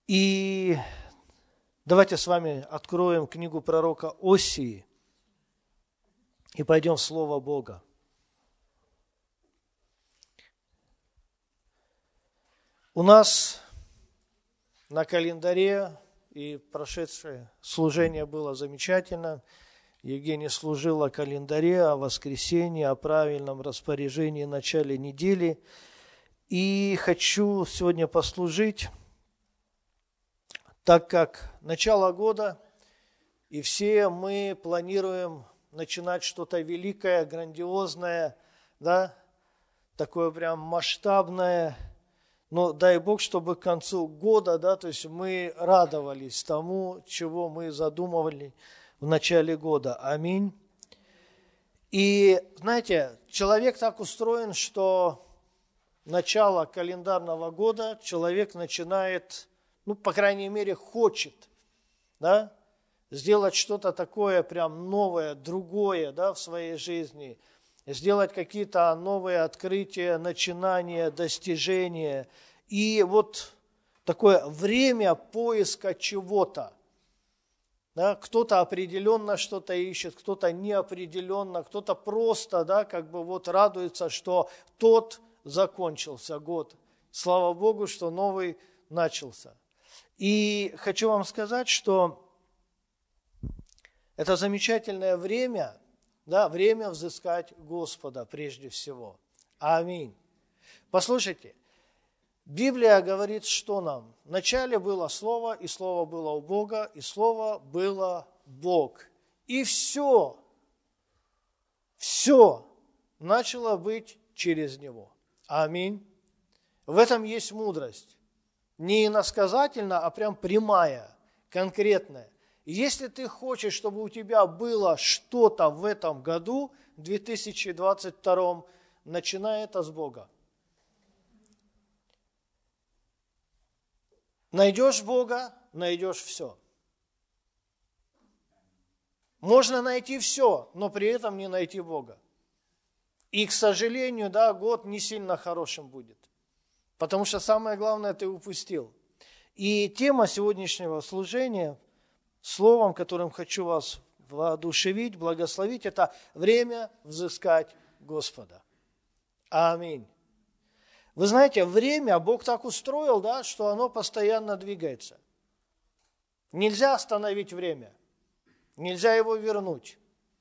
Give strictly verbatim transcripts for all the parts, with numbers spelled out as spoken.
И давайте с вами откроем книгу пророка Осии и пойдем в Слово Бога. У нас на календаре, и прошедшее служение было замечательно, Евгения служила о календаре, о воскресенье, о правильном распоряжении в начале недели. И хочу сегодня послужить, так как начало года, и все мы планируем начинать что-то великое, грандиозное, да, такое прям масштабное. Но дай Бог, чтобы к концу года, да, то есть мы радовались тому, чего мы задумывали в начале года. Аминь. И, знаете, человек так устроен, что начало календарного года человек начинает, ну, по крайней мере, хочет, да, сделать что-то такое прям новое, другое, да, в своей жизни, сделать какие-то новые открытия, начинания, достижения. И вот такое время поиска чего-то. Да, кто-то определенно что-то ищет, кто-то неопределенно, кто-то просто, да, как бы вот радуется, что тот закончился год. Слава Богу, что новый начался. И хочу вам сказать, что это замечательное время, да, время взыскать Господа прежде всего. Аминь. Послушайте, Библия говорит, что нам? Вначале было Слово, и Слово было у Бога, и Слово было Бог. И все, все начало быть через Него. Аминь. В этом есть мудрость. Не иносказательно, а прям прямая, конкретная. Если ты хочешь, чтобы у тебя было что-то в этом году, в две тысячи двадцать втором, начинай это с Бога. Найдешь Бога, найдешь все. Можно найти все, но при этом не найти Бога. И, к сожалению, да, год не сильно хорошим будет. Потому что самое главное ты упустил. И тема сегодняшнего служения, словом, которым хочу вас воодушевить, благословить, это время взыскать Господа. Аминь. Вы знаете, время Бог так устроил, да, что оно постоянно двигается. Нельзя остановить время, нельзя его вернуть.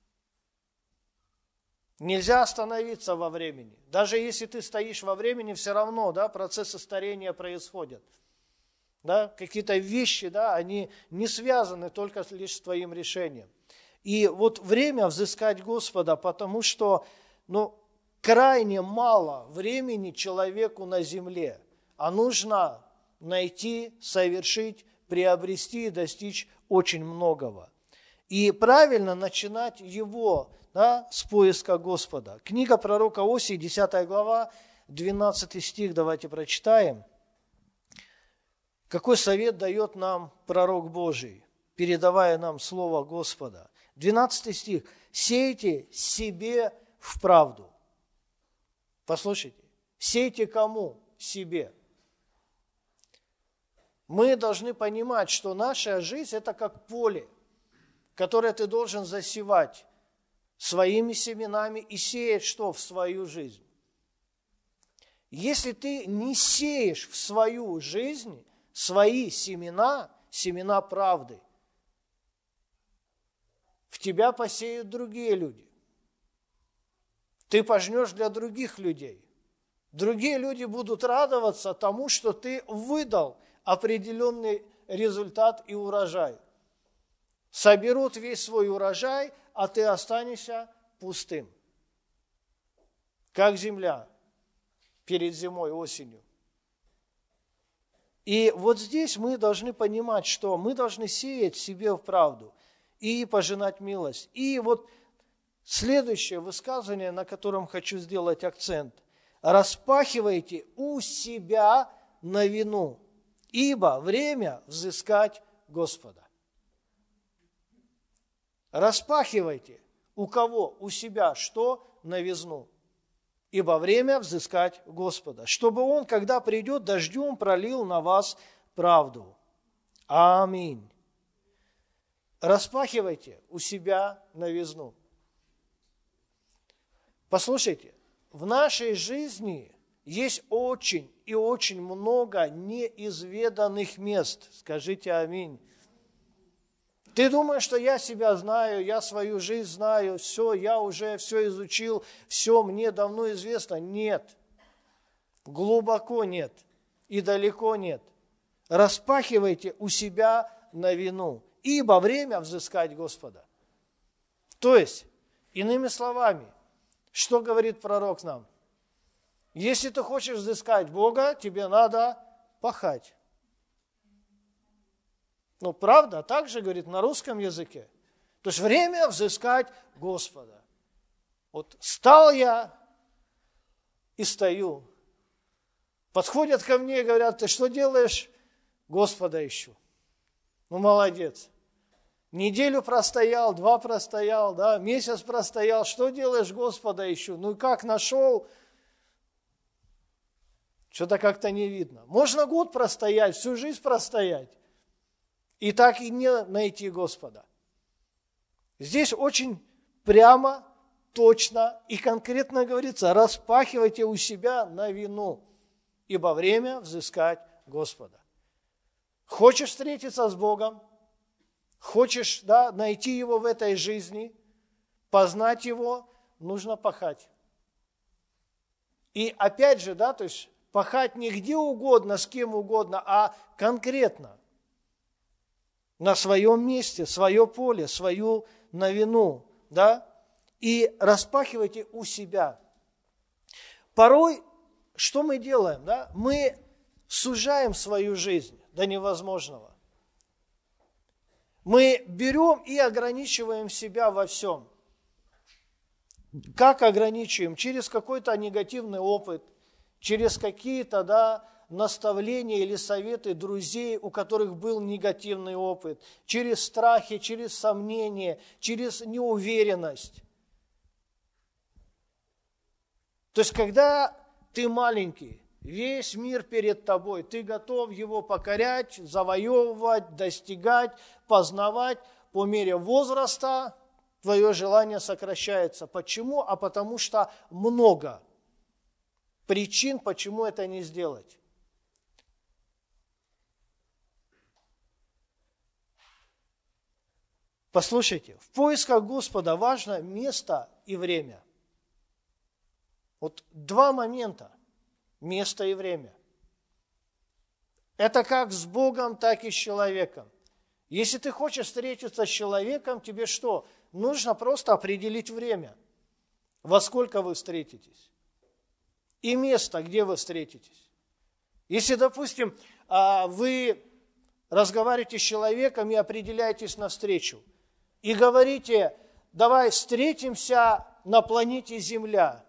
Нельзя остановиться во времени. Даже если ты стоишь во времени, все равно, да, процессы старения происходят. Да, какие-то вещи, да, они не связаны только лишь с твоим решением. И вот время взыскать Господа, потому что, ну, крайне мало времени человеку на земле, а нужно найти, совершить, приобрести и достичь очень многого. И правильно начинать его, да, с поиска Господа. Книга пророка Осии, десятая глава, двенадцатый стих, давайте прочитаем. Какой совет дает нам пророк Божий, передавая нам слово Господа? двенадцатый стих. «Сейте себе в правду». Послушайте, сейте кому? Себе. Мы должны понимать, что наша жизнь – это как поле, которое ты должен засевать своими семенами и сеять что в свою жизнь. Если ты не сеешь в свою жизнь свои семена, семена правды, в тебя посеют другие люди. Ты пожнешь для других людей. Другие люди будут радоваться тому, что ты выдал определенный результат и урожай. Соберут весь свой урожай, а ты останешься пустым. Как земля перед зимой, осенью. И вот здесь мы должны понимать, что мы должны сеять себе в правду и пожинать милость. И вот следующее высказывание, на котором хочу сделать акцент. «Распахивайте у себя новину, ибо время взыскать Господа». Распахивайте. У кого? У себя что? Новизну. Ибо время взыскать Господа, чтобы Он, когда придет, дождем пролил на вас правду. Аминь. Распахивайте у себя новизну. Послушайте, в нашей жизни есть очень и очень много неизведанных мест. Скажите аминь. Ты думаешь, что я себя знаю, я свою жизнь знаю, все, я уже все изучил, все мне давно известно? Нет. Глубоко нет и далеко нет. Распахивайте у себя новину, ибо время взыскать Господа. То есть, иными словами, что говорит пророк нам? Если ты хочешь взыскать Бога, тебе надо пахать. Ну, правда, так же говорит на русском языке. То есть время взыскать Господа. Вот стал я и стою. Подходят ко мне и говорят: ты что делаешь? Господа ищу. Ну, молодец. Неделю простоял, два простоял, да, месяц простоял. Что делаешь? Господа ищу. Ну, как нашел? Что-то как-то не видно. Можно год простоять, всю жизнь простоять. И так и не найти Господа. Здесь очень прямо, точно и конкретно говорится: распахивайте у себя новину, ибо время взыскать Господа. Хочешь встретиться с Богом? Хочешь, да, найти Его в этой жизни, познать Его, нужно пахать. И опять же, да, то есть пахать не где угодно, с кем угодно, а конкретно. На своем месте, свое поле, свою новину, да, и распахивайте у себя. Порой, что мы делаем, да, мы сужаем свою жизнь до невозможного. Мы берем и ограничиваем себя во всем. Как ограничиваем? Через какой-то негативный опыт, через какие-то, да, наставления или советы друзей, у которых был негативный опыт, через страхи, через сомнения, через неуверенность. То есть, когда ты маленький, весь мир перед тобой, ты готов его покорять, завоевывать, достигать, познавать, по мере возраста твое желание сокращается. Почему? А потому что много причин, почему это не сделать. Послушайте, в поисках Господа важно место и время. Вот два момента. Место и время. Это как с Богом, так и с человеком. Если ты хочешь встретиться с человеком, тебе что? Нужно просто определить время, во сколько вы встретитесь. И место, где вы встретитесь. Если, допустим, вы разговариваете с человеком и определяетесь на встречу, и говорите: давай встретимся на планете Земля.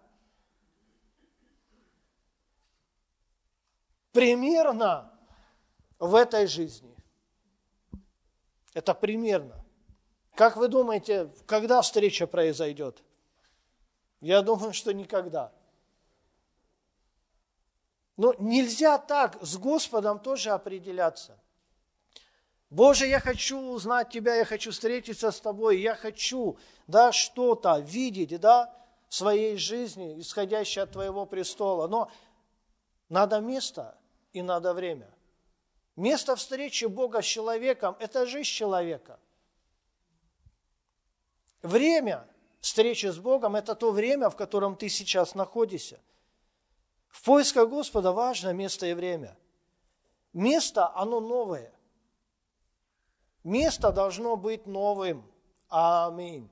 Примерно в этой жизни. Это примерно. Как вы думаете, когда встреча произойдет? Я думаю, что никогда. Но нельзя так с Господом тоже определяться. Боже, я хочу узнать Тебя, я хочу встретиться с Тобой, я хочу, да, что-то видеть, да, в своей жизни, исходящее от Твоего престола. Но надо место и надо время. Место встречи Бога с человеком – это жизнь человека. Время встречи с Богом – это то время, в котором ты сейчас находишься. В поисках Господа важно место и время. Место, оно новое. Место должно быть новым. Аминь.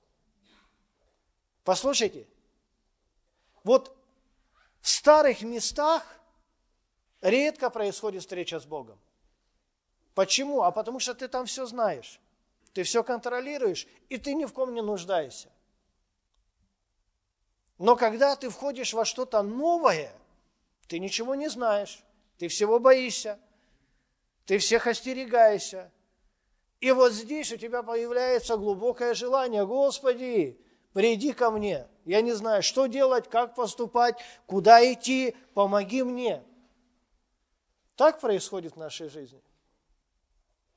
Послушайте, вот в старых местах редко происходит встреча с Богом. Почему? А потому что ты там все знаешь. Ты все контролируешь, и ты ни в ком не нуждаешься. Но когда ты входишь во что-то новое, ты ничего не знаешь, ты всего боишься, ты всех остерегаешься. И вот здесь у тебя появляется глубокое желание: Господи, приди ко мне. Я не знаю, что делать, как поступать, куда идти, помоги мне. Так происходит в нашей жизни.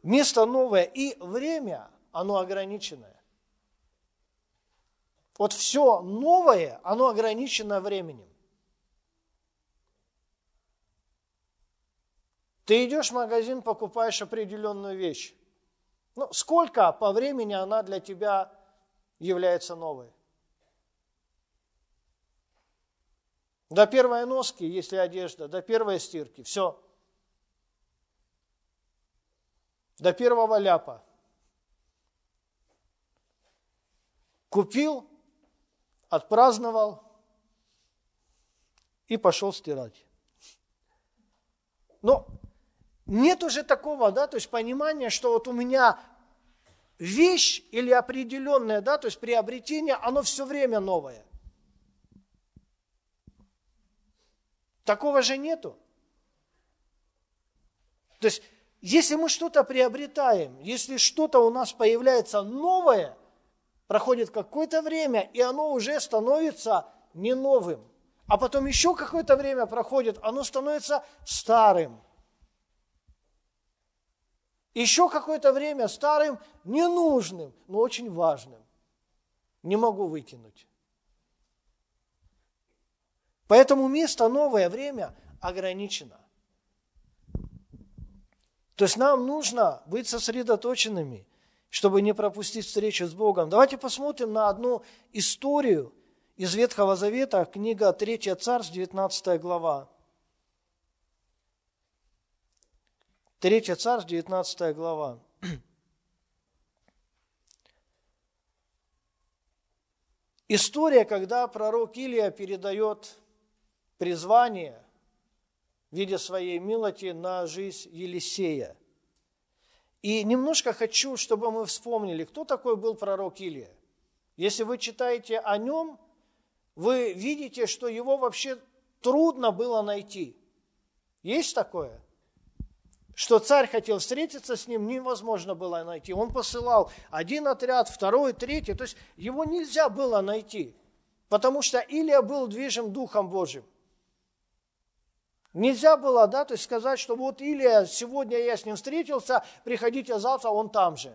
место новое и время, оно ограниченное. Вот все новое, оно ограничено временем. Ты идешь в магазин, покупаешь определенную вещь. Ну, сколько по времени она для тебя является новой? До первой носки, если одежда, до первой стирки, все. До первого ляпа. Купил, отпраздновал и пошел стирать. Но нет уже такого, да, то есть понимания, что вот у меня вещь или определенное, да, то есть приобретение, оно все время новое. Такого же нету. То есть, если мы что-то приобретаем, если что-то у нас появляется новое, проходит какое-то время, и оно уже становится не новым. А потом еще какое-то время проходит, оно становится старым. Еще какое-то время старым, ненужным, но очень важным. Не могу выкинуть. Поэтому место новое, время ограничено. То есть нам нужно быть сосредоточенными, чтобы не пропустить встречу с Богом. Давайте посмотрим на одну историю из Ветхого Завета, книга Третья Царств, девятнадцатая глава. Третья Царств, девятнадцатая глава. История, когда пророк Илия передает призвание в виде своей милости на жизнь Елисея. И немножко хочу, чтобы мы вспомнили, кто такой был пророк Илия. Если вы читаете о нем, вы видите, что его вообще трудно было найти. Есть такое? Что царь хотел встретиться с ним, невозможно было найти. Он посылал один отряд, второй, третий. То есть его нельзя было найти, потому что Илия был движим Духом Божьим. Нельзя было, да, то есть сказать, что вот Илия, сегодня я с ним встретился, приходите завтра, он там же.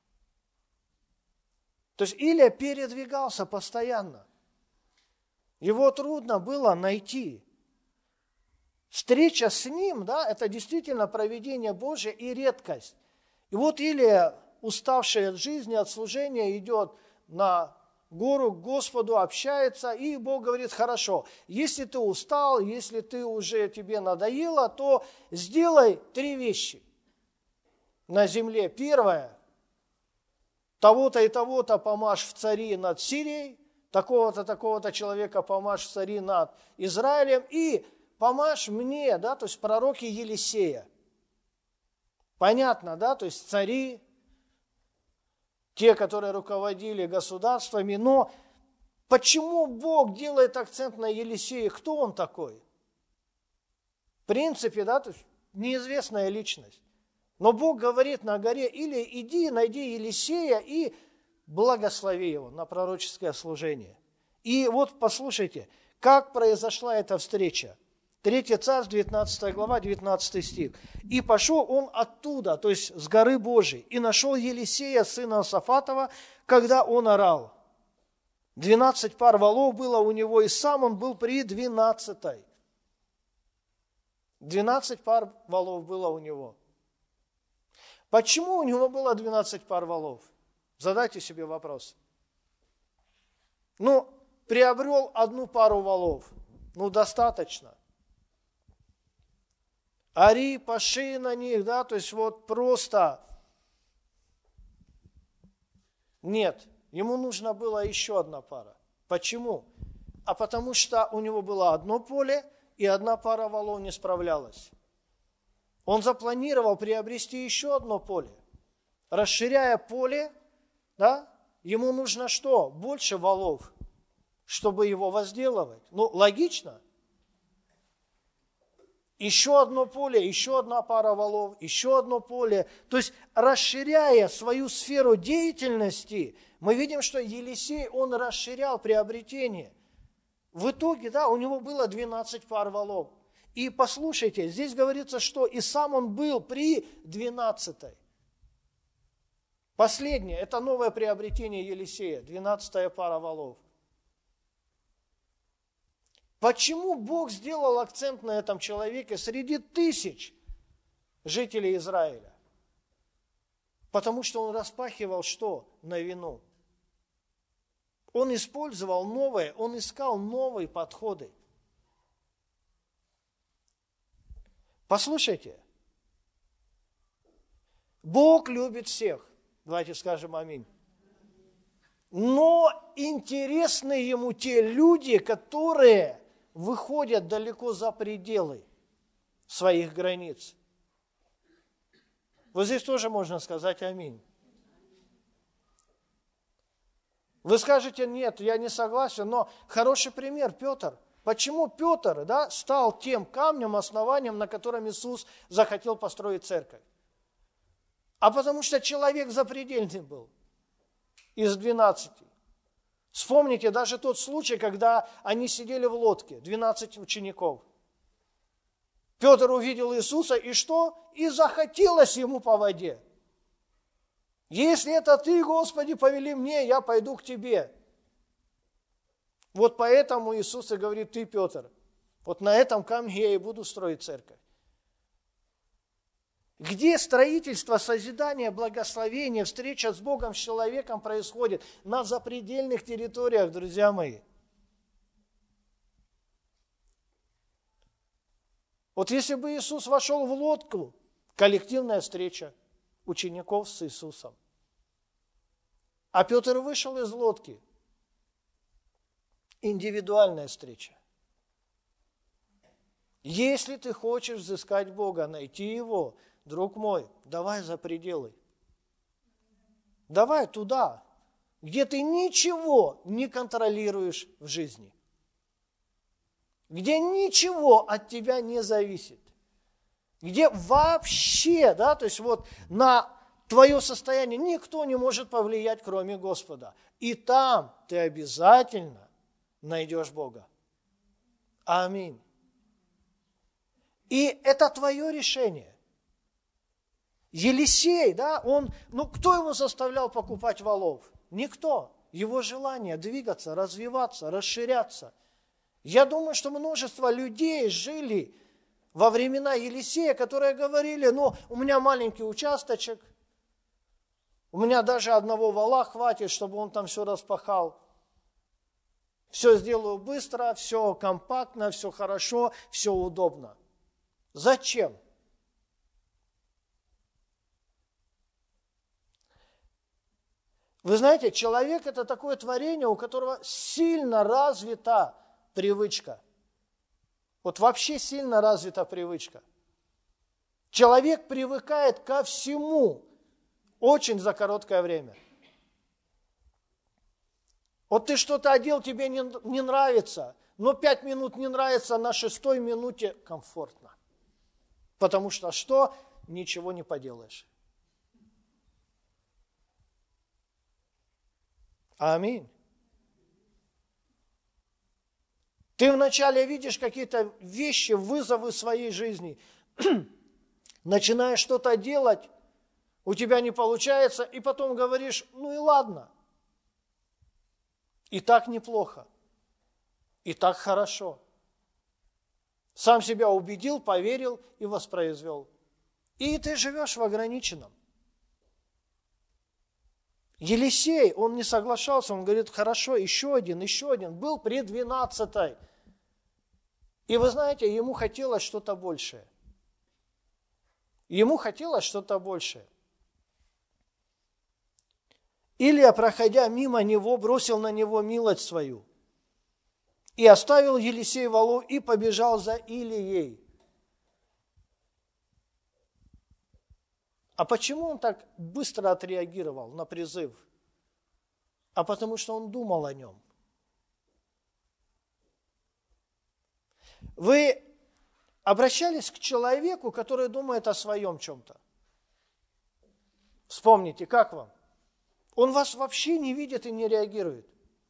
То есть Илия передвигался постоянно. Его трудно было найти. Встреча с ним, да, это действительно провидение Божие и редкость. И вот Илия, уставший от жизни, от служения, идет на гору к Господу, общается, и Бог говорит: хорошо, если ты устал, если ты уже тебе надоело, то сделай три вещи на земле. Первое, того-то и того-то помажь в цари над Сирией, такого-то, такого-то человека помажь в цари над Израилем, и помажь мне, да, то есть пророки Елисея. Понятно, да, то есть цари, те, которые руководили государствами, но почему Бог делает акцент на Елисее? Кто он такой? В принципе, да, то есть неизвестная личность. Но Бог говорит на горе: или иди, найди Елисея и благослови его на пророческое служение. И вот послушайте, как произошла эта встреча. Третья Царств, девятнадцатая глава, девятнадцатый стих. «И пошел он оттуда, то есть с горы Божией, и нашел Елисея, сына Сафатова, когда он орал. Двенадцать пар волов было у него, и сам он был при двенадцатой». Двенадцать пар волов было у него. Почему у него было двенадцать пар волов? Задайте себе вопрос. Ну, приобрел одну пару волов. Ну, достаточно. Ори, паши на них, да, то есть вот просто. Нет, ему нужна была еще одна пара. Почему? А потому что у него было одно поле, и одна пара волов не справлялась. Он запланировал приобрести еще одно поле. Расширяя поле, да, ему нужно что? Больше волов, чтобы его возделывать. Ну, логично. Еще одно поле, еще одна пара волов, еще одно поле. То есть, расширяя свою сферу деятельности, мы видим, что Елисей, он расширял приобретение. В итоге, да, у него было двенадцать пар волов. И послушайте, здесь говорится, что и сам он был при двенадцатой. Последнее, это новое приобретение Елисея, двенадцатая пара валов. Почему Бог сделал акцент на этом человеке среди тысяч жителей Израиля? Потому что он распахивал что? Новину. Он использовал новое, он искал новые подходы. Послушайте, Бог любит всех. Давайте скажем аминь. Но интересны ему те люди, которые выходят далеко за пределы своих границ. Вот здесь тоже можно сказать аминь. Вы скажете, нет, я не согласен, но хороший пример Петр. Почему Петр, да, стал тем камнем, основанием, на котором Иисус захотел построить церковь? А потому что человек запредельный был из двенадцати. Вспомните даже тот случай, когда они сидели в лодке, двенадцать учеников. Петр увидел Иисуса, и что? И захотелось ему по воде. Если это ты, Господи, повели мне, я пойду к тебе. Вот поэтому Иисус и говорит, ты, Петр, вот на этом камне я и буду строить церковь. Где строительство, созидание, благословение, встреча с Богом, с человеком происходит? На запредельных территориях, друзья мои. Вот если бы Иисус вошел в лодку, коллективная встреча учеников с Иисусом. А Петр вышел из лодки, индивидуальная встреча. Если ты хочешь взыскать Бога, найти Его, друг мой, давай за пределы. Давай туда, где ты ничего не контролируешь в жизни. Где ничего от тебя не зависит. Где вообще, да, то есть вот на твое состояние никто не может повлиять, кроме Господа. И там ты обязательно найдешь Бога. Аминь. И это твое решение. Елисей, да, он, ну кто его заставлял покупать валов? Никто. Его желание двигаться, развиваться, расширяться. Я думаю, что множество людей жили во времена Елисея, которые говорили, ну, у меня маленький участочек, у меня даже одного вала хватит, чтобы он там все распахал. Все сделаю быстро, все компактно, все хорошо, все удобно. Зачем? Вы знаете, человек – это такое творение, у которого сильно развита привычка. Вот вообще сильно развита привычка. Человек привыкает ко всему очень за короткое время. Вот ты что-то одел, тебе не, не нравится, но пять минут не нравится, на шестой минуте комфортно. Потому что что? Ничего не поделаешь. Аминь. Ты вначале видишь какие-то вещи, вызовы своей жизни, начинаешь что-то делать, у тебя не получается, и потом говоришь, ну и ладно. И так неплохо, и так хорошо. Сам себя убедил, поверил и воспроизвел. И ты живешь в ограниченном. Елисей, он не соглашался, он говорит, хорошо, еще один, еще один. Был при двенадцатой. И вы знаете, ему хотелось что-то большее. Ему хотелось что-то большее. Илия, проходя мимо него, бросил на него милость свою. И оставил Елисей валов и побежал за Илией. А почему он так быстро отреагировал на призыв? А потому что он думал о нем. Вы обращались к человеку, который думает о своем чем-то? Вспомните, как вам? Он вас вообще не видит и не реагирует.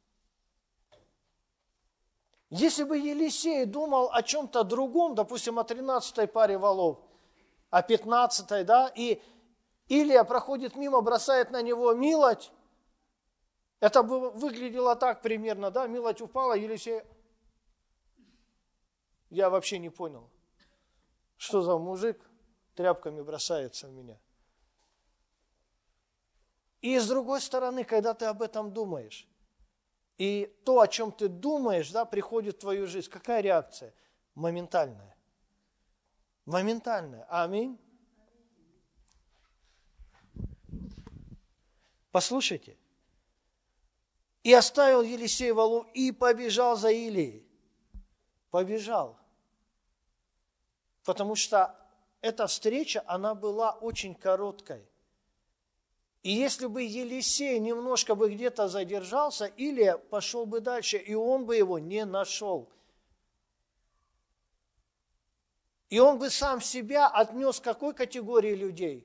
Если бы Елисей думал о чем-то другом, допустим, о тринадцатой паре валов, о пятнадцатой, да, и Илия проходит мимо, бросает на него милоть. Это было, выглядело так примерно, да, милоть упала, Елисей, я вообще не понял, что за мужик тряпками бросается в меня. И с другой стороны, когда ты об этом думаешь, и то, о чем ты думаешь, да, приходит в твою жизнь, какая реакция? Моментальная. Моментальная. Аминь. Послушайте. И оставил Елисей валу и побежал за Илией. Побежал. Потому что эта встреча, она была очень короткой. И если бы Елисей немножко бы где-то задержался, Илия пошел бы дальше, и он бы его не нашел. И он бы сам себя отнес к какой категории людей?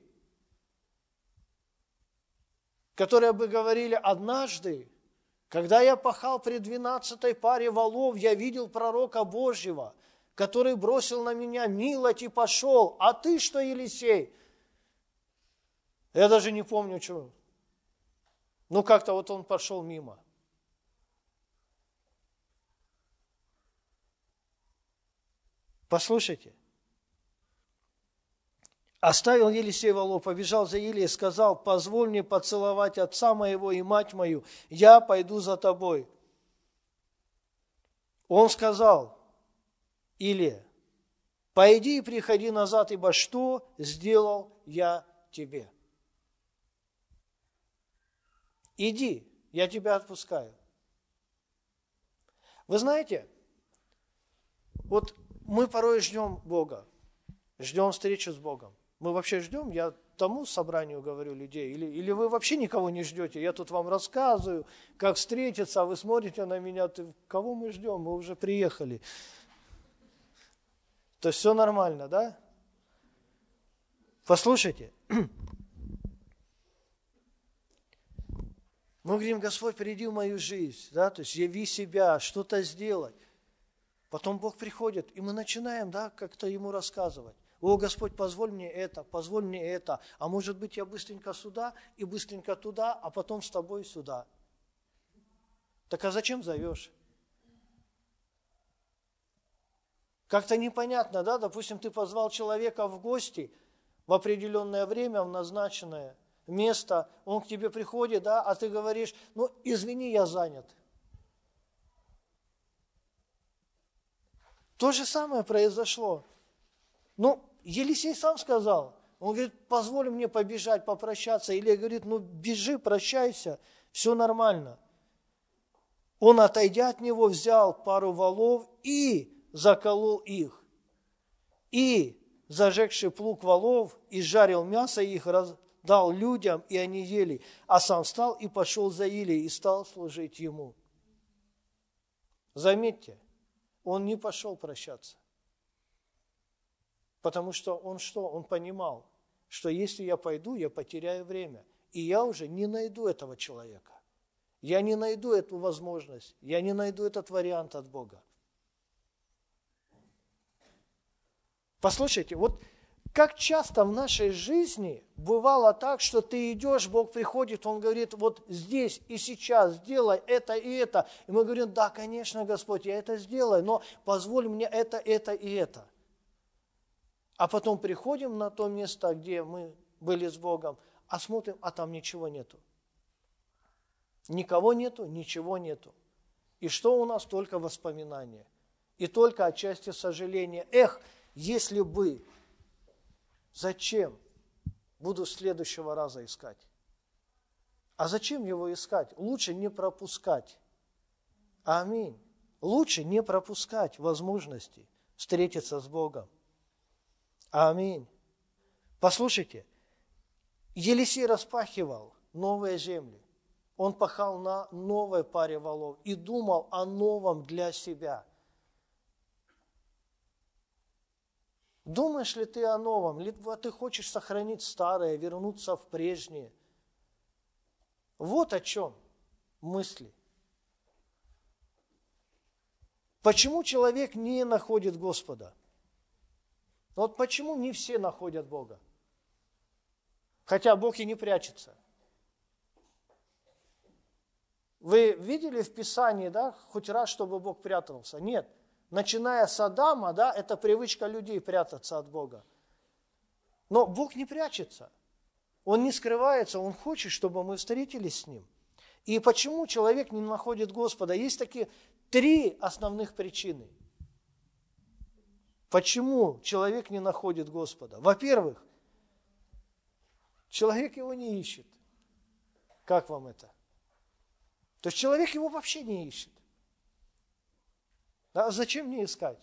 Которые бы говорили: однажды, когда я пахал при двенадцатой паре валов, я видел пророка Божьего, который бросил на меня милоть и пошел. А ты что, Елисей? Я даже не помню, что. Ну, как-то вот он пошел мимо. Послушайте. Оставил Елисей валов, побежал за Илией и сказал: позволь мне поцеловать отца моего и мать мою, я пойду за тобой. Он сказал: Илия, пойди и приходи назад, ибо что сделал я тебе? Иди, я тебя отпускаю. Вы знаете, вот мы порой ждем Бога, ждем встречи с Богом. Мы вообще ждем, я тому собранию говорю людей, или, или вы вообще никого не ждете, я тут вам рассказываю, как встретиться, а вы смотрите на меня, ты, кого мы ждем, мы уже приехали. То есть все нормально, да? Послушайте. Мы говорим: Господь, приди в мою жизнь, да, то есть яви себя, что-то сделай. Потом Бог приходит, и мы начинаем, да, как-то Ему рассказывать. О, Господь, позволь мне это, позволь мне это, а может быть, я быстренько сюда и быстренько туда, а потом с тобой сюда. Так а зачем зовешь? Как-то непонятно, да, допустим, ты позвал человека в гости в определенное время, в назначенное место, он к тебе приходит, да, а ты говоришь: ну, извини, я занят. То же самое произошло. Ну, Елисей сам сказал, он говорит: позволь мне побежать, попрощаться. Илия говорит: ну, бежи, прощайся, все нормально. Он, отойдя от него, взял пару валов и заколол их. И, зажегший плуг валов, изжарил мясо их, раздал людям, и они ели. А сам встал и пошел за Илией, и стал служить ему. Заметьте, он не пошел прощаться. Потому что он что? Он понимал, что если я пойду, я потеряю время. И я уже не найду этого человека. Я не найду эту возможность. Я не найду этот вариант от Бога. Послушайте, вот как часто в нашей жизни бывало так, что ты идешь, Бог приходит, Он говорит: вот здесь и сейчас сделай это и это. И мы говорим: да, конечно, Господь, я это сделаю, но позволь мне это, это и это. А потом приходим на то место, где мы были с Богом, а смотрим, а там ничего нету. Никого нету, ничего нету. И что у нас? Только воспоминания. И только отчасти сожаления. Эх, если бы, зачем? Буду следующего раза искать. А зачем его искать? Лучше не пропускать. Аминь. Лучше не пропускать возможности встретиться с Богом. Аминь. Послушайте, Елисей распахивал новые земли. Он пахал на новой паре валов и думал о новом для себя. Думаешь ли ты о новом? Либо ты хочешь сохранить старое, вернуться в прежнее? Вот о чем мысли. Почему человек не находит Господа? Вот почему не все находят Бога? Хотя Бог и не прячется. Вы видели в Писании, да, хоть раз, чтобы Бог прятался? Нет. Начиная с Адама, да, это привычка людей прятаться от Бога. Но Бог не прячется. Он не скрывается, Он хочет, чтобы мы встретились с Ним. И почему человек не находит Господа? Есть такие три основных причины. Почему человек не находит Господа? Во-первых, человек его не ищет. Как вам это? То есть человек его вообще не ищет. А зачем мне искать?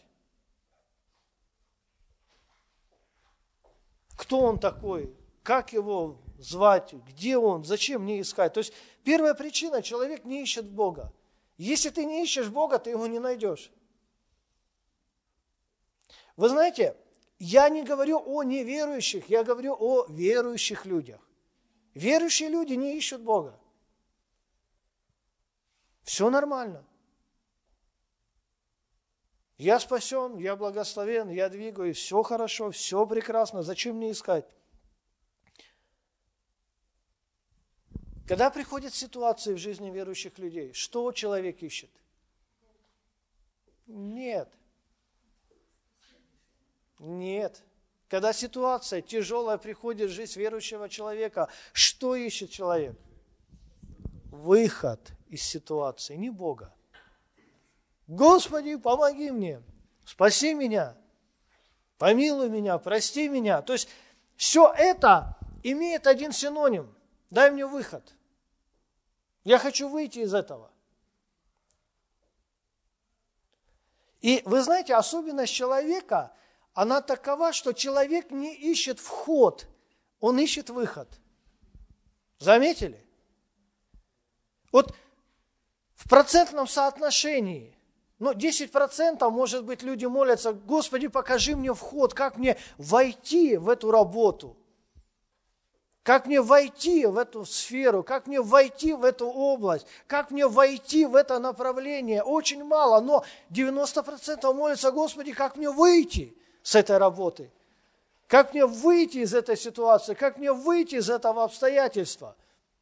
Кто он такой? Как его звать? Где он? Зачем мне искать? То есть первая причина, человек не ищет Бога. Если ты не ищешь Бога, ты его не найдешь. Вы знаете, я не говорю о неверующих, я говорю о верующих людях. Верующие люди не ищут Бога. Все нормально. Я спасен, я благословен, я двигаюсь, все хорошо, все прекрасно. Зачем мне искать? Когда приходят ситуации в жизни верующих людей, что человек ищет? Нет. Нет. Когда ситуация тяжелая приходит в жизнь верующего человека, что ищет человек? Выход из ситуации, не Бога. Господи, помоги мне, спаси меня, помилуй меня, прости меня. То есть все это имеет один синоним. Дай мне выход. Я хочу выйти из этого. И вы знаете, особенность человека, она такова, что человек не ищет вход, он ищет выход. Заметили? Вот в процентном соотношении, ну, десять процентов, может быть, люди молятся: Господи, покажи мне вход, как мне войти в эту работу, как мне войти в эту сферу, как мне войти в эту область, как мне войти в это направление. Очень мало, но девяносто процентов молятся: Господи, как мне выйти с этой работы, как мне выйти из этой ситуации, как мне выйти из этого обстоятельства.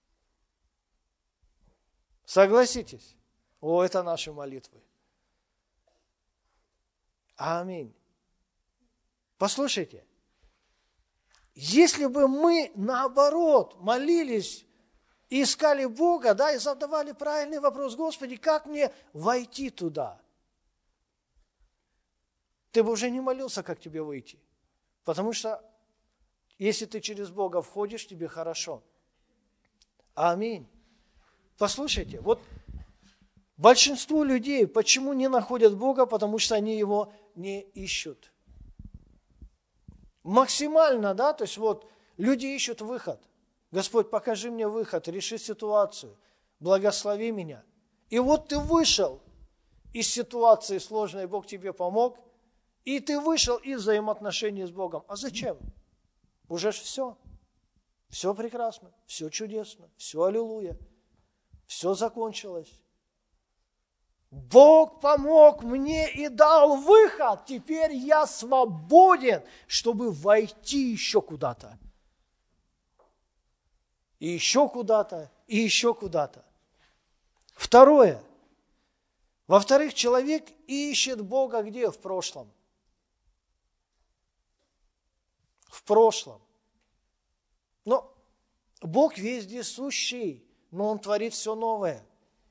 Согласитесь? О, это наши молитвы. Аминь. Послушайте, если бы мы, наоборот, молились и искали Бога, да, и задавали правильный вопрос: Господи, как мне войти туда? Ты бы уже не молился, как тебе выйти. Потому что, если ты через Бога входишь, тебе хорошо. Аминь. Послушайте, вот большинство людей почему не находят Бога? Потому что они Его не ищут. Максимально, да, то есть вот люди ищут выход. Господь, покажи мне выход, реши ситуацию, благослови меня. И вот ты вышел из ситуации сложной, Бог тебе помог, и ты вышел из взаимоотношений с Богом. А зачем? Уже ж все. Все прекрасно, все чудесно, все аллилуйя, все закончилось. Бог помог мне и дал выход. Теперь я свободен, чтобы войти еще куда-то. И еще куда-то, и еще куда-то. Второе. Во-вторых, человек ищет Бога где? В прошлом. В прошлом. Но Бог вездесущий, но Он творит все новое.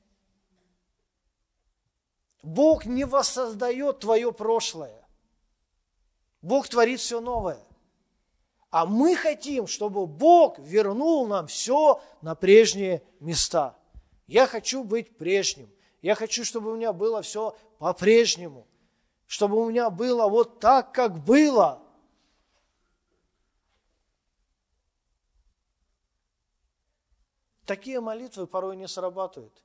Бог не воссоздает твое прошлое. Бог творит все новое. А мы хотим, чтобы Бог вернул нам все на прежние места. Я хочу быть прежним. Я хочу, чтобы у меня было все по-прежнему. Чтобы у меня было вот так, как было. Такие молитвы порой не срабатывают.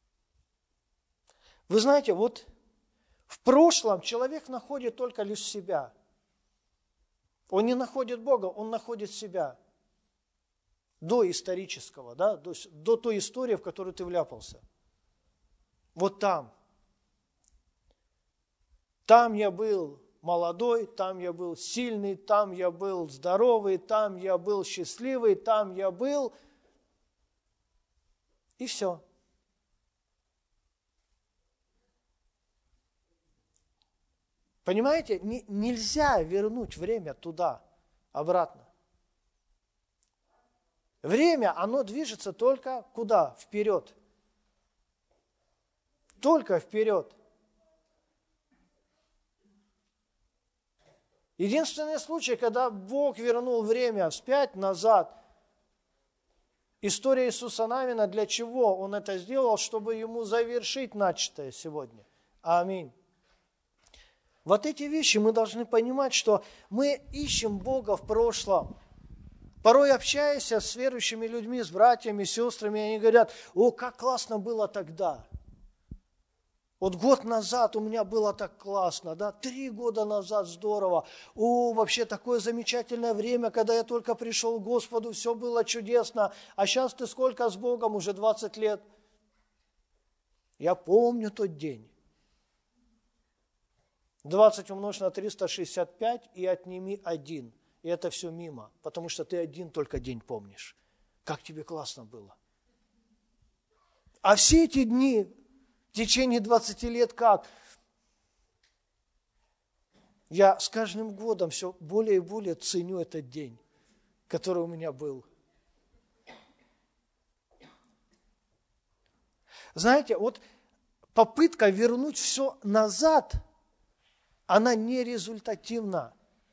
Вы знаете, вот в прошлом человек находит только лишь себя. Он не находит Бога, он находит себя. До исторического, да, до, до той истории, в которую ты вляпался. Вот там. Там я был молодой, там я был сильный, там я был здоровый, там я был счастливый, там я был. И все. Понимаете, не, нельзя вернуть время туда, обратно. Время, оно движется только куда? Вперед. Только вперед. Единственный случай, когда Бог вернул время вспять, назад, история Иисуса Навина, для чего Он это сделал? Чтобы Ему завершить начатое сегодня. Аминь. Вот эти вещи мы должны понимать, что мы ищем Бога в прошлом. Порой общаясь с верующими людьми, с братьями, сестрами, они говорят: о, как классно было тогда. Вот год назад у меня было так классно, да, три года назад здорово. О, вообще такое замечательное время, когда я только пришел к Господу, все было чудесно. А сейчас ты сколько с Богом? Уже двадцать лет. Я помню тот день. двадцать умножь на триста шестьдесят пять и отними один. И это все мимо, потому что ты один только день помнишь. Как тебе классно было. А все эти дни... В течение двадцати лет как? Я с каждым годом все более и более ценю этот день, который у меня был. Знаете, вот попытка вернуть все назад, она не результативна.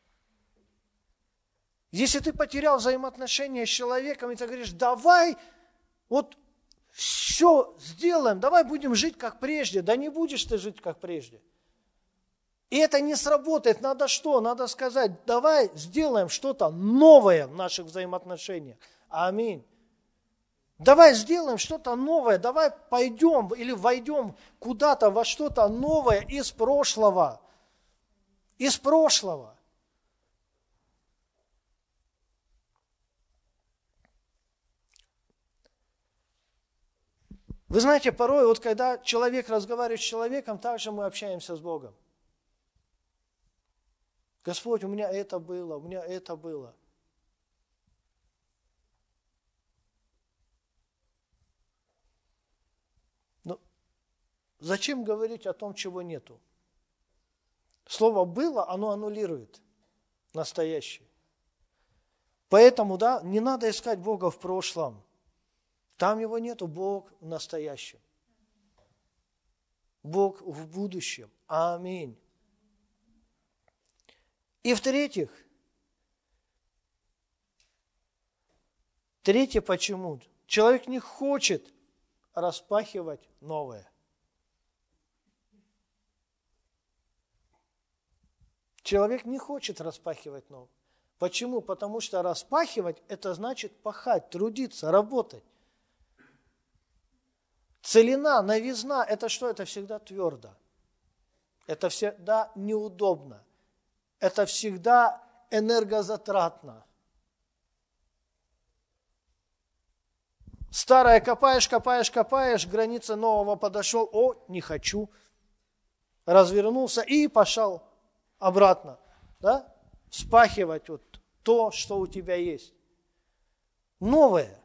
Если ты потерял взаимоотношения с человеком, и ты говоришь: давай, вот все сделаем, давай будем жить как прежде. Да не будешь ты жить как прежде. И это не сработает. Надо что? Надо сказать: давай сделаем что-то новое в наших взаимоотношениях. Аминь. Давай сделаем что-то новое. Давай пойдем или войдем куда-то во что-то новое из прошлого. Из прошлого. Вы знаете, порой, вот когда человек разговаривает с человеком, так же мы общаемся с Богом. Господь, у меня это было, у меня это было. Но зачем говорить о том, чего нету? Слово «было», оно аннулирует настоящее. Поэтому, да, не надо искать Бога в прошлом. Там его нету, Бог в настоящем. Бог в будущем. Аминь. И в-третьих, третье почему? Человек не хочет распахивать новое. Человек не хочет распахивать новое. Почему? Потому что распахивать – это значит пахать, трудиться, работать. Целина, новизна – это что? Это всегда твердо. Это всегда неудобно. Это всегда энергозатратно. Старое копаешь, копаешь, копаешь, граница нового подошел, о, не хочу. Развернулся и пошел обратно. Да? Вспахивать вот то, что у тебя есть. Новое.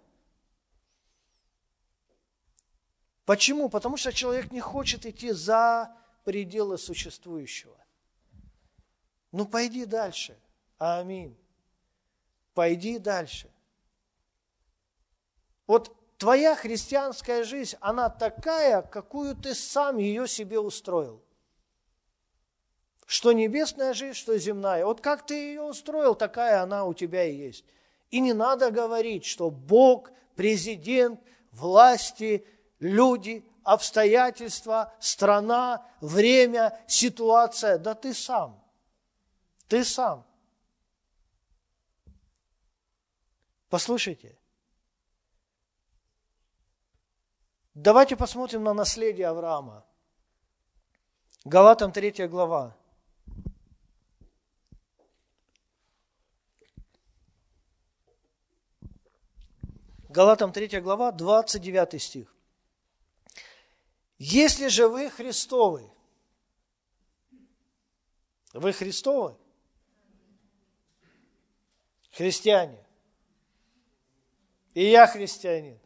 Почему? Потому что человек не хочет идти за пределы существующего. Ну, пойди дальше. Аминь. Пойди дальше. Вот твоя христианская жизнь, она такая, какую ты сам ее себе устроил. Что небесная жизнь, что земная. Вот как ты ее устроил, такая она у тебя и есть. И не надо говорить, что Бог, президент, власти, люди, обстоятельства, страна, время, ситуация. Да ты сам. Ты сам. Послушайте. Давайте посмотрим на наследие Авраама. Галатам третья глава. Галатам третья глава, двадцать девятый стих. Если же вы Христовы, Вы Христовы? Христиане. И я христианин.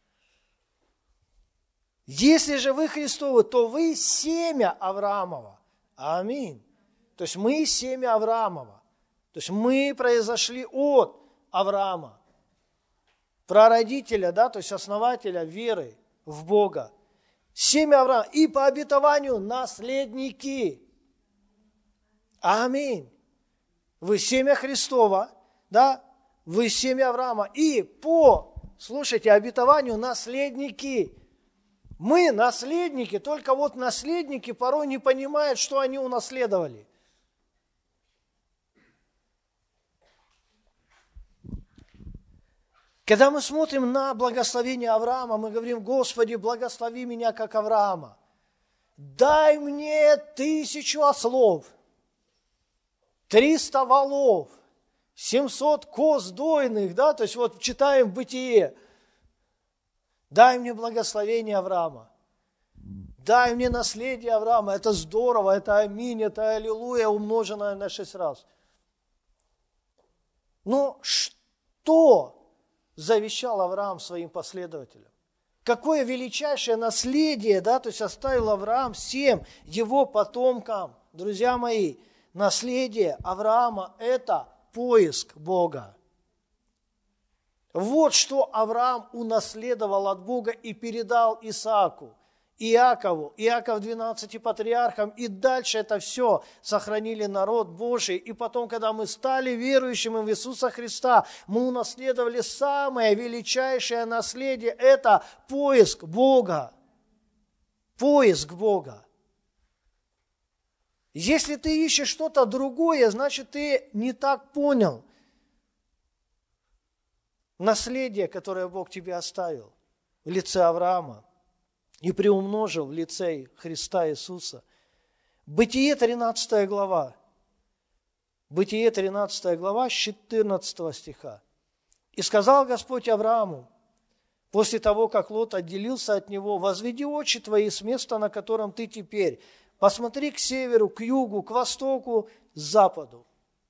Если же вы Христовы, то вы семя Авраамова. Аминь. То есть мы семя Авраамова. То есть мы произошли от Авраама, прародителя, да, то есть основателя веры в Бога. Семя Авраама. И по обетованию наследники. Аминь. Вы семя Христова, да, вы семя Авраама. И по, слушайте, обетованию наследники. Мы наследники, только вот наследники порой не понимают, что они унаследовали. Когда мы смотрим на благословение Авраама, мы говорим: Господи, благослови меня, как Авраама. Дай мне тысячу ослов, триста волов, семьсот коз дойных, да, то есть вот читаем Бытие. Дай мне благословение Авраама. Дай мне наследие Авраама. Это здорово, это аминь, это аллилуйя, умноженное на шесть раз. Но что завещал Авраам своим последователям? Какое величайшее наследие, да, то есть оставил Авраам всем его потомкам. Друзья мои, наследие Авраама – это поиск Бога. Вот что Авраам унаследовал от Бога и передал Исааку, Иакову, Иаков двенадцати патриархам, и дальше это все сохранили народ Божий. И потом, когда мы стали верующими в Иисуса Христа, мы унаследовали самое величайшее наследие – это поиск Бога. Поиск Бога. Если ты ищешь что-то другое, значит, ты не так понял наследие, которое Бог тебе оставил в лице Авраама и приумножил в лице Христа Иисуса. Бытие тринадцатая глава. Бытие тринадцатая глава с четырнадцатого стиха. «И сказал Господь Аврааму, после того, как Лот отделился от него: возведи очи твои с места, на котором ты теперь, посмотри к северу, к югу, к востоку, к западу».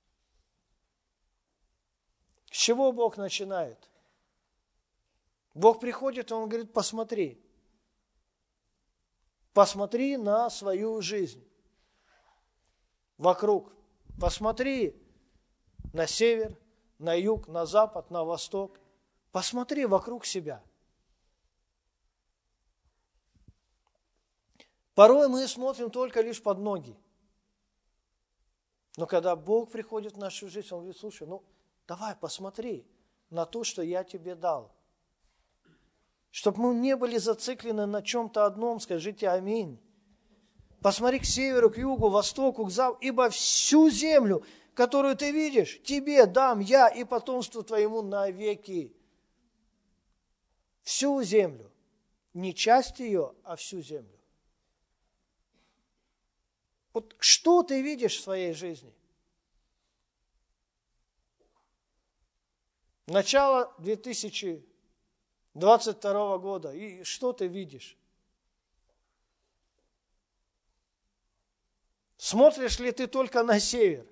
С чего Бог начинает? Бог приходит, и Он говорит: посмотри. Посмотри на свою жизнь вокруг. Посмотри на север, на юг, на запад, на восток. Посмотри вокруг себя. Порой мы смотрим только лишь под ноги. Но когда Бог приходит в нашу жизнь, Он говорит: слушай, ну давай посмотри на то, что я тебе дал. Чтобы мы не были зациклены на чем-то одном, скажите аминь. Посмотри к северу, к югу, востоку, к западу, ибо всю землю, которую ты видишь, тебе дам я и потомству твоему навеки. Всю землю. Не часть ее, а всю землю. Вот что ты видишь в своей жизни? Начало две тысячи двадцать второго года. И что ты видишь? Смотришь ли ты только на север?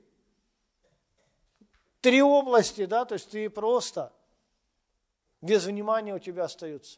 Три области, да, то есть ты просто без внимания у тебя остаются.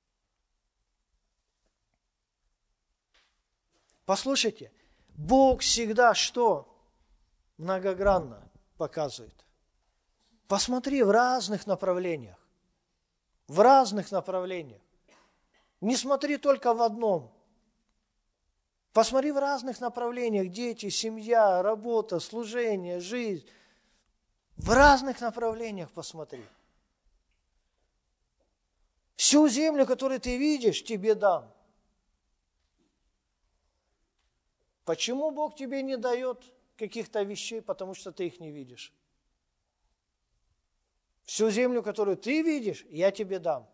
Послушайте, Бог всегда что? Многогранно показывает. Посмотри в разных направлениях. В разных направлениях. Не смотри только в одном. Посмотри в разных направлениях. Дети, семья, работа, служение, жизнь. В разных направлениях посмотри. Всю землю, которую ты видишь, тебе дам. Почему Бог тебе не дает каких-то вещей? Потому что ты их не видишь. Всю землю, которую ты видишь, я тебе дам.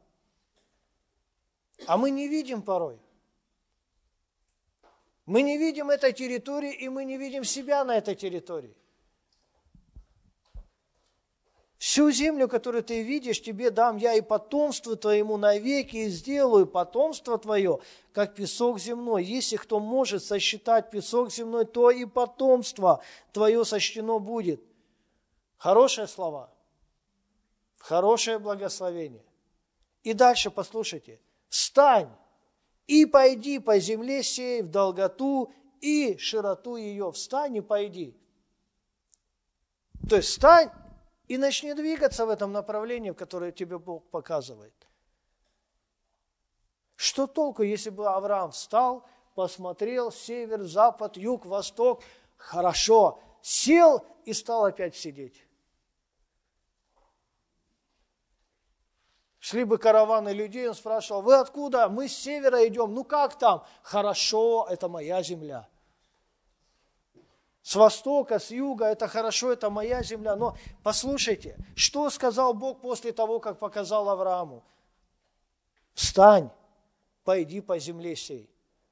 А мы не видим порой. Мы не видим этой территории, и мы не видим себя на этой территории. Всю землю, которую ты видишь, тебе дам я и потомству твоему навеки, и сделаю потомство твое, как песок земной. Если кто может сосчитать песок земной, то и потомство твое сочтено будет. Хорошие слова, хорошее благословение. И дальше послушайте. Встань и пойди по земле сей в долготу и широту ее. Встань и пойди. То есть встань и начни двигаться в этом направлении, в которое тебе Бог показывает. Что толку, если бы Авраам встал, посмотрел север, запад, юг, восток, хорошо, сел и стал опять сидеть? Шли бы караваны людей, он спрашивал: вы откуда? Мы с севера идем. Ну как там? Хорошо, это моя земля. С востока, с юга, это хорошо, это моя земля. Но послушайте, что сказал Бог после того, как показал Аврааму? Встань, пойди по земле сей.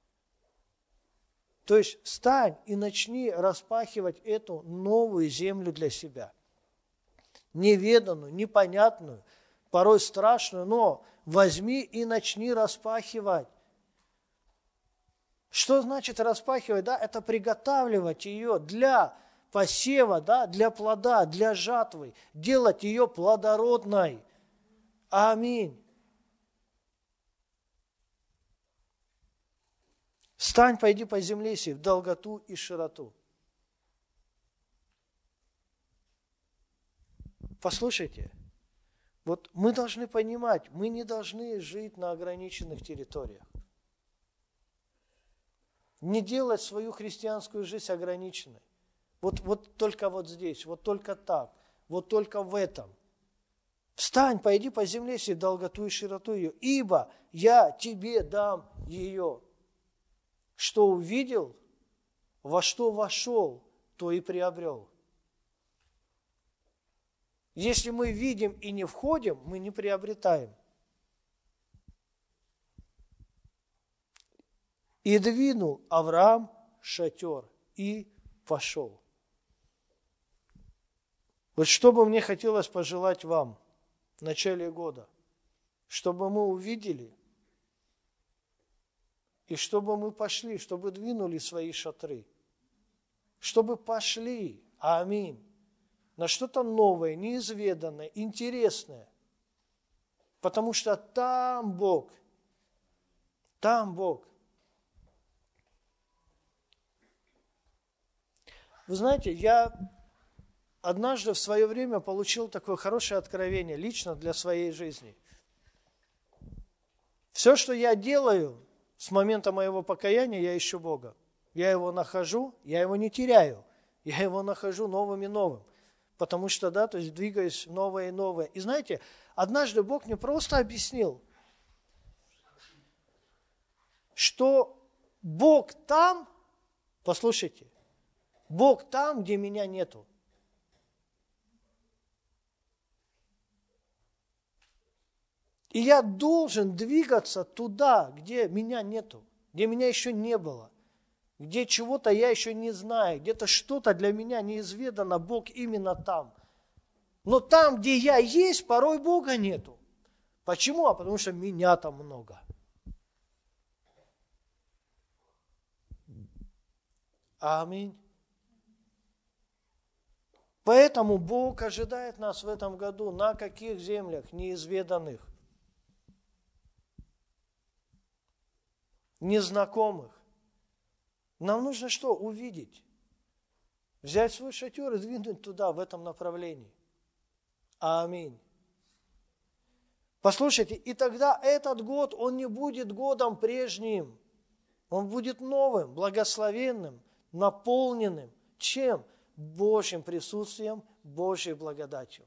То есть встань и начни распахивать эту новую землю для себя. Неведанную, непонятную, порой страшную, но возьми и начни распахивать. Что значит распахивать? Да, это приготавливать ее для посева, да, для плода, для жатвы, делать ее плодородной. Аминь. Встань, пойди по земле сей в долготу и широту. Послушайте, вот мы должны понимать, мы не должны жить на ограниченных территориях. Не делать свою христианскую жизнь ограниченной. Вот, вот только вот здесь, вот только так, вот только в этом. Встань, пойди по земле сей в долготу и широту ее, ибо я тебе дам ее. Что увидел, во что вошел, то и приобрел. Если мы видим и не входим, мы не приобретаем. И двинул Авраам шатер и пошел. Вот что бы мне хотелось пожелать вам в начале года, чтобы мы увидели, и чтобы мы пошли, чтобы двинули свои шатры, чтобы пошли, аминь, на что-то новое, неизведанное, интересное. Потому что там Бог, там Бог. Вы знаете, я однажды в свое время получил такое хорошее откровение лично для своей жизни. Все, что я делаю с момента моего покаяния, я ищу Бога. Я Его нахожу, я Его не теряю. Я Его нахожу новым и новым. Потому что, да, то есть двигаюсь новое и новое. И знаете, однажды Бог мне просто объяснил, что Бог там, послушайте, Бог там, где меня нету. И я должен двигаться туда, где меня нету, где меня еще не было, где чего-то я еще не знаю, где-то что-то для меня неизведано, Бог именно там. Но там, где я есть, порой Бога нету. Почему? А потому что меня там много. Аминь. Поэтому Бог ожидает нас в этом году на каких землях неизведанных, незнакомых. Нам нужно что? Увидеть. Взять свой шатер и двинуть туда, в этом направлении. Аминь. Послушайте, и тогда этот год, он не будет годом прежним. Он будет новым, благословенным, наполненным. Чем? Божьим присутствием, Божьей благодатью.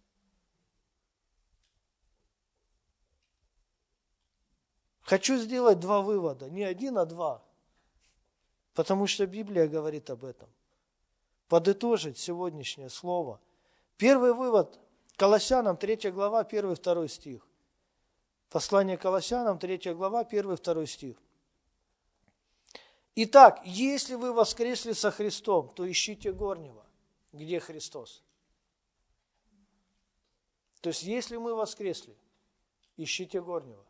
Хочу сделать два вывода, не один, а два, потому что Библия говорит об этом. Подытожить сегодняшнее слово. Первый вывод, Колоссянам третья глава, первый второй стих. Послание Колоссянам третья глава, первый второй стих. Итак, если вы воскресли со Христом, то ищите горнего, где Христос. То есть, если мы воскресли, ищите горнего.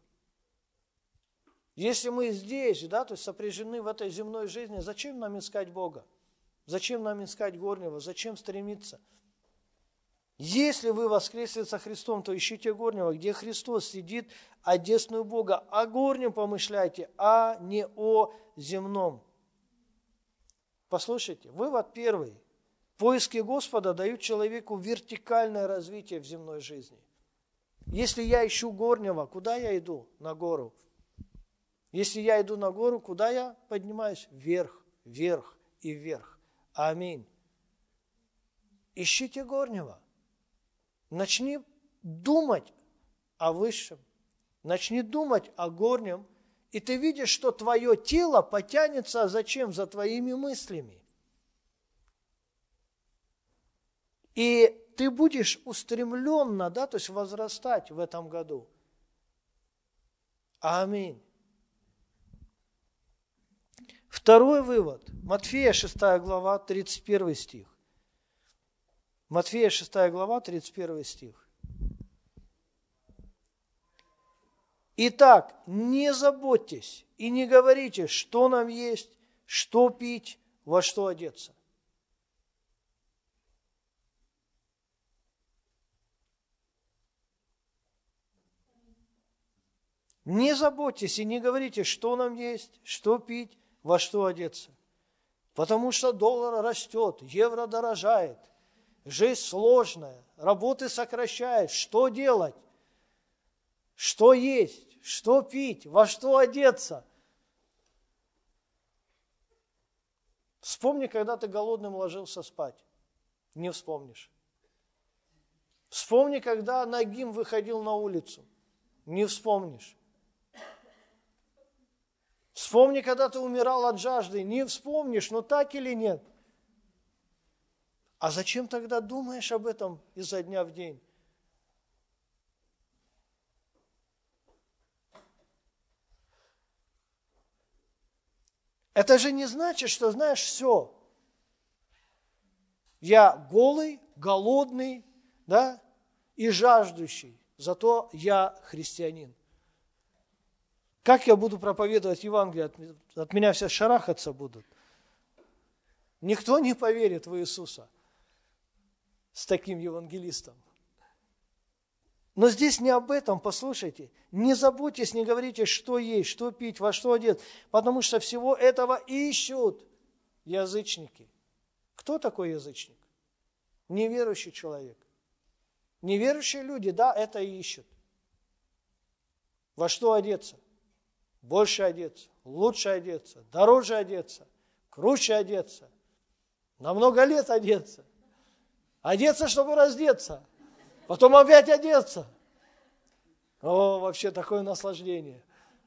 Если мы здесь, да, то есть сопряжены в этой земной жизни, зачем нам искать Бога? Зачем нам искать горнего? Зачем стремиться? Если вы воскресли со Христом, то ищите горнего, где Христос сидит одесную Бога. О горнем помышляйте, а не о земном. Послушайте, вывод первый. Поиски Господа дают человеку вертикальное развитие в земной жизни. Если я ищу горнего, куда я иду? На гору. Если я иду на гору, куда я поднимаюсь? Вверх, вверх и вверх. Аминь. Ищите горнего. Начни думать о высшем. Начни думать о горнем. И ты видишь, что твое тело потянется, а зачем? За твоими мыслями. И ты будешь устремленно, да, то есть возрастать в этом году. Аминь. Второй вывод. Матфея шестая глава, тридцать первый стих. Матфея шестая глава, тридцать первый стих. Итак, не заботьтесь и не говорите, что нам есть, что пить, во что одеться. Не заботьтесь и не говорите, что нам есть, что пить, во что одеться. Потому что доллар растет, евро дорожает, жизнь сложная, работы сокращает. Что делать? Что есть? Что пить? Во что одеться? Вспомни, когда ты голодным ложился спать. Не вспомнишь. Вспомни, когда нагим выходил на улицу. Не вспомнишь. Вспомни, когда ты умирал от жажды. Не вспомнишь, но так или нет? А зачем тогда думаешь об этом изо дня в день? Это же не значит, что, знаешь, все. Я голый, голодный, да, и жаждущий, зато я христианин. Как я буду проповедовать Евангелие? От, от меня все шарахаться будут. Никто не поверит в Иисуса с таким евангелистом. Но здесь не об этом, послушайте. Не заботьтесь, не говорите, что есть, что пить, во что одет, потому что всего этого ищут язычники. Кто такой язычник? Неверующий человек. Неверующие люди, да, это и ищут. Во что одеться? Больше одеться, лучше одеться, дороже одеться, круче одеться, на много лет одеться. Одеться, чтобы раздеться, потом опять одеться. О, вообще такое наслаждение.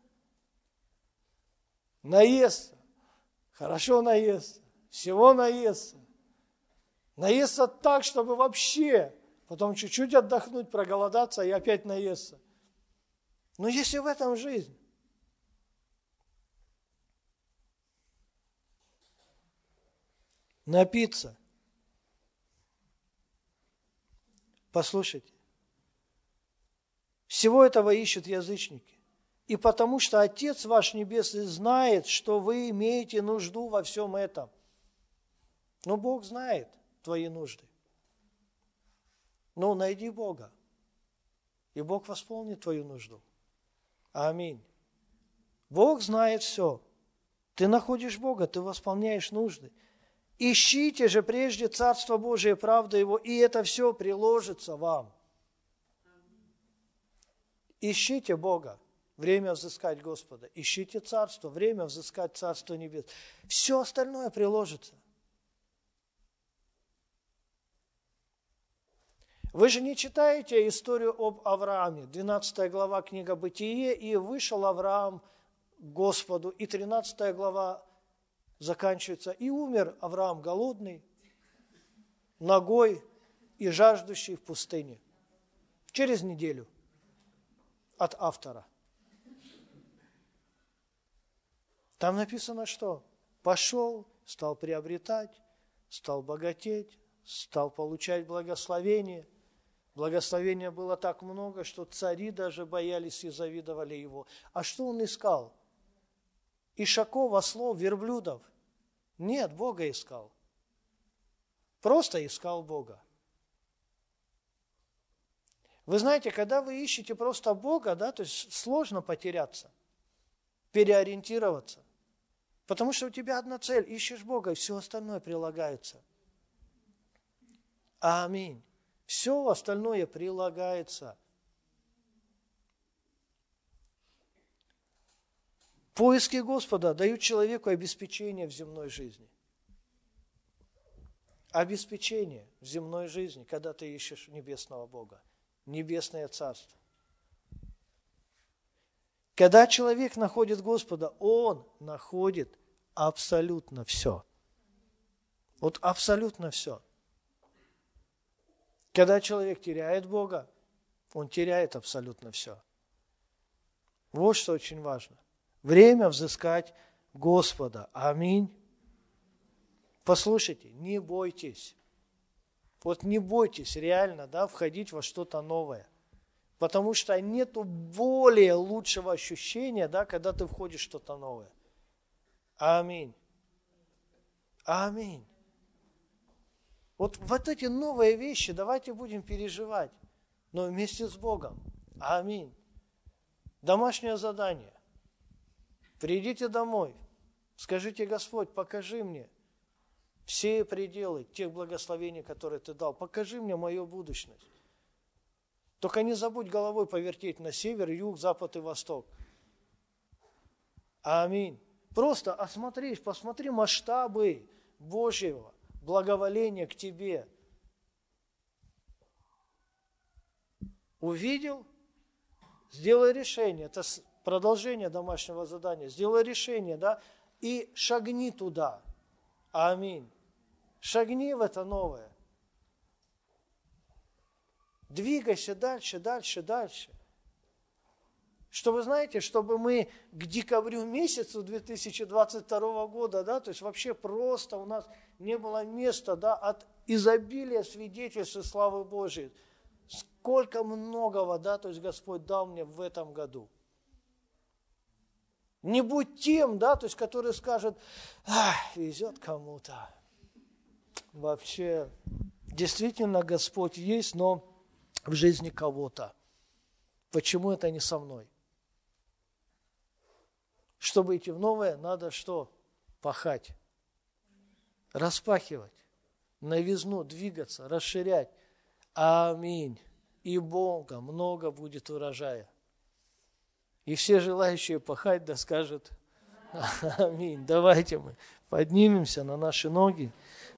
Наесться, хорошо наесться, всего наесться. Наесться так, чтобы вообще потом чуть-чуть отдохнуть, проголодаться и опять наесться. Но если в этом жизнь, напиться. Послушайте. Всего этого ищут язычники. И потому что Отец ваш Небесный знает, что вы имеете нужду во всем этом. Но Бог знает твои нужды. Но найди Бога, и Бог восполнит твою нужду. Аминь. Бог знает все. Ты находишь Бога, ты восполняешь нужды. Ищите же прежде Царство Божие, правда Его, и это все приложится вам. Ищите Бога, время взыскать Господа. Ищите Царство, время взыскать Царство Небес. Все остальное приложится. Вы же не читаете историю об Аврааме, двенадцатая глава книга Бытие, и вышел Авраам к Господу, и тринадцатая глава заканчивается, и умер Авраам голодный, нагой и жаждущий в пустыне. Через неделю от автора. Там написано, что пошел, стал приобретать, стал богатеть, стал получать благословение. Благословения было так много, что цари даже боялись и завидовали его. А что он искал? Ишаков, ослов, верблюдов? Нет, Бога искал. Просто искал Бога. Вы знаете, когда вы ищете просто Бога, да, то есть сложно потеряться, переориентироваться. Потому что у тебя одна цель, ищешь Бога, и все остальное прилагается. Аминь. Все остальное прилагается. Поиски Господа дают человеку обеспечение в земной жизни. Обеспечение в земной жизни, когда ты ищешь небесного Бога, небесное Царство. Когда человек находит Господа, он находит абсолютно все. Вот абсолютно все. Когда человек теряет Бога, он теряет абсолютно все. Вот что очень важно. Время взыскать Господа. Аминь. Послушайте, не бойтесь. Вот не бойтесь реально, да, входить во что-то новое. Потому что нету более лучшего ощущения, да, когда ты входишь в что-то новое. Аминь. Аминь. Вот, вот эти новые вещи давайте будем переживать, но вместе с Богом. Аминь. Домашнее задание. Придите домой, скажите: Господь, покажи мне все пределы тех благословений, которые Ты дал. Покажи мне мою будущность. Только не забудь головой повертеть на север, юг, запад и восток. Аминь. Просто осмотрись, посмотри масштабы Божьего благоволения к тебе. Увидел? Сделай решение. Это продолжение домашнего задания. Сделай решение, да, и шагни туда. Аминь. Шагни в это новое. Двигайся дальше, дальше, дальше. Чтобы, знаете, чтобы мы к декабрю месяцу две тысячи двадцать второго года, да, то есть вообще просто у нас не было места, да, от изобилия свидетельств и славы Божией. Сколько многого, да, то есть Господь дал мне в этом году. Не будь тем, да, то есть который скажет: ах, везет кому-то. Вообще, действительно Господь есть, но в жизни кого-то. Почему это не со мной? Чтобы идти в новое, надо что? Пахать, распахивать, новизну, двигаться, расширять. Аминь. И Бога много будет урожая. И все желающие пахать, да скажут: аминь. Давайте мы поднимемся на наши ноги.